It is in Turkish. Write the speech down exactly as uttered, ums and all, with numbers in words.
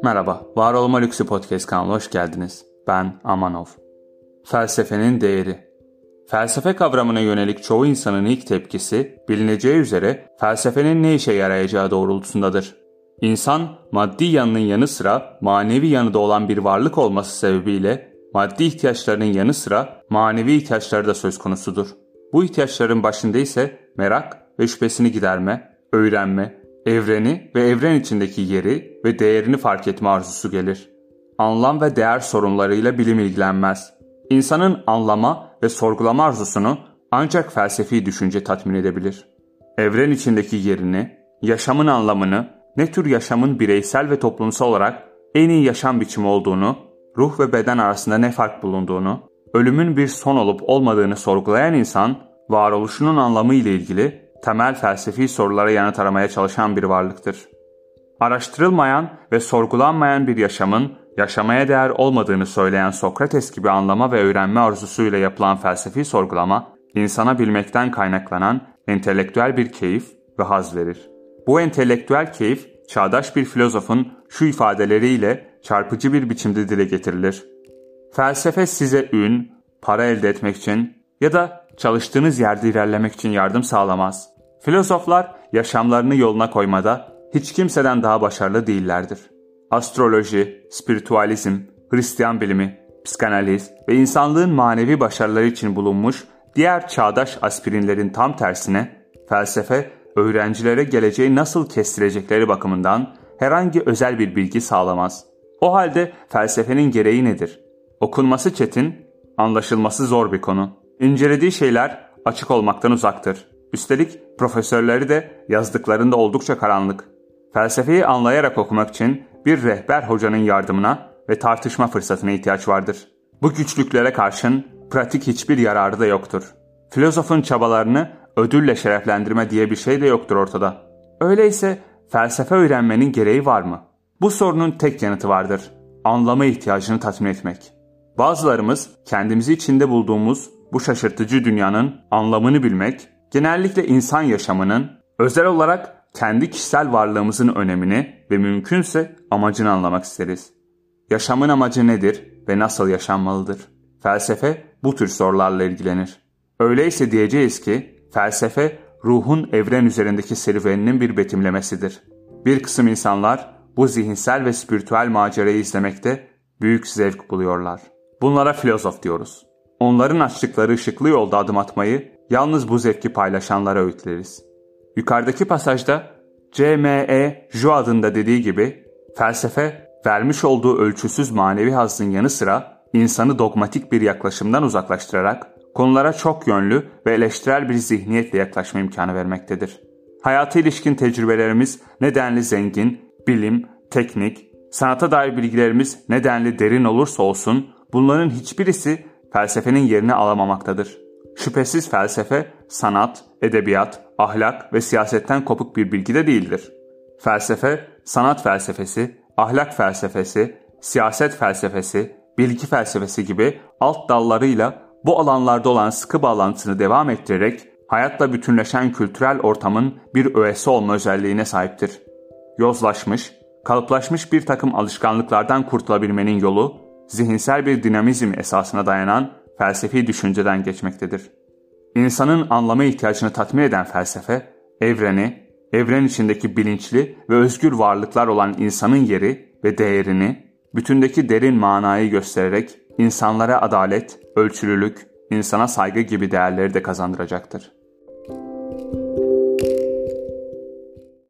Merhaba, Var Olma Lüksü Podcast kanalına hoş geldiniz. Ben Amanov. Felsefenin değeri. Felsefe kavramına yönelik çoğu insanın ilk tepkisi, bilineceği üzere felsefenin ne işe yarayacağı doğrultusundadır. İnsan, maddi yanının yanı sıra manevi yanı da olan bir varlık olması sebebiyle, maddi ihtiyaçlarının yanı sıra manevi ihtiyaçları da söz konusudur. Bu ihtiyaçların başında ise merak ve şüphesini giderme, öğrenme, evreni ve evren içindeki yeri ve değerini fark etme arzusu gelir. Anlam ve değer sorunlarıyla bilim ilgilenmez. İnsanın anlama ve sorgulama arzusunu ancak felsefi düşünce tatmin edebilir. Evren içindeki yerini, yaşamın anlamını, ne tür yaşamın bireysel ve toplumsal olarak en iyi yaşam biçimi olduğunu, ruh ve beden arasında ne fark bulunduğunu, ölümün bir son olup olmadığını sorgulayan insan, varoluşunun anlamı ile ilgili temel felsefi sorulara yanıt aramaya çalışan bir varlıktır. Araştırılmayan ve sorgulanmayan bir yaşamın yaşamaya değer olmadığını söyleyen Sokrates gibi anlama ve öğrenme arzusuyla yapılan felsefi sorgulama, insana bilmekten kaynaklanan entelektüel bir keyif ve haz verir. Bu entelektüel keyif, çağdaş bir filozofun şu ifadeleriyle çarpıcı bir biçimde dile getirilir. Felsefe size ün, para elde etmek için ya da çalıştığınız yerde ilerlemek için yardım sağlamaz. Filozoflar yaşamlarını yoluna koymada hiç kimseden daha başarılı değillerdir. Astroloji, spiritüalizm, Hristiyan bilimi, psikanaliz ve insanlığın manevi başarıları için bulunmuş diğer çağdaş aspirinlerin tam tersine, felsefe, öğrencilere geleceği nasıl kestirecekleri bakımından herhangi özel bir bilgi sağlamaz. O halde felsefenin gereği nedir? Okunması çetin, anlaşılması zor bir konu. İncelediği şeyler açık olmaktan uzaktır. Üstelik profesörleri de yazdıklarında oldukça karanlık. Felsefeyi anlayarak okumak için bir rehber hocanın yardımına ve tartışma fırsatına ihtiyaç vardır. Bu güçlüklere karşın pratik hiçbir yararı da yoktur. Filozofun çabalarını ödülle şereflendirme diye bir şey de yoktur ortada. Öyleyse felsefe öğrenmenin gereği var mı? Bu sorunun tek yanıtı vardır. Anlama ihtiyacını tatmin etmek. Bazılarımız kendimizi içinde bulduğumuz bu şaşırtıcı dünyanın anlamını bilmek, genellikle insan yaşamının, özel olarak kendi kişisel varlığımızın önemini ve mümkünse amacını anlamak isteriz. Yaşamın amacı nedir ve nasıl yaşanmalıdır? Felsefe bu tür sorularla ilgilenir. Öyleyse diyeceğiz ki felsefe ruhun evren üzerindeki serüveninin bir betimlemesidir. Bir kısım insanlar bu zihinsel ve spiritüel macerayı izlemekte büyük zevk buluyorlar. Bunlara filozof diyoruz. Onların açtıkları ışıklı yolda adım atmayı yalnız bu zevki paylaşanlara öğütleriz. Yukarıdaki pasajda C M E Joe adında dediği gibi felsefe vermiş olduğu ölçüsüz manevi hazzın yanı sıra insanı dogmatik bir yaklaşımdan uzaklaştırarak konulara çok yönlü ve eleştirel bir zihniyetle yaklaşma imkanı vermektedir. Hayata ilişkin tecrübelerimiz nedenli zengin, bilim, teknik, sanata dair bilgilerimiz nedenli derin olursa olsun bunların hiçbirisi felsefenin yerini alamamaktadır. Şüphesiz felsefe, sanat, edebiyat, ahlak ve siyasetten kopuk bir bilgi de değildir. Felsefe, sanat felsefesi, ahlak felsefesi, siyaset felsefesi, bilgi felsefesi gibi alt dallarıyla bu alanlarda olan sıkı bağlantısını devam ettirerek hayatla bütünleşen kültürel ortamın bir öğesi olma özelliğine sahiptir. Yozlaşmış, kalıplaşmış bir takım alışkanlıklardan kurtulabilmenin yolu, zihinsel bir dinamizm esasına dayanan felsefi düşünceden geçmektedir. İnsanın anlama ihtiyacını tatmin eden felsefe, evreni, evren içindeki bilinçli ve özgür varlıklar olan insanın yeri ve değerini, bütündeki derin manayı göstererek insanlara adalet, ölçülülük, insana saygı gibi değerleri de kazandıracaktır.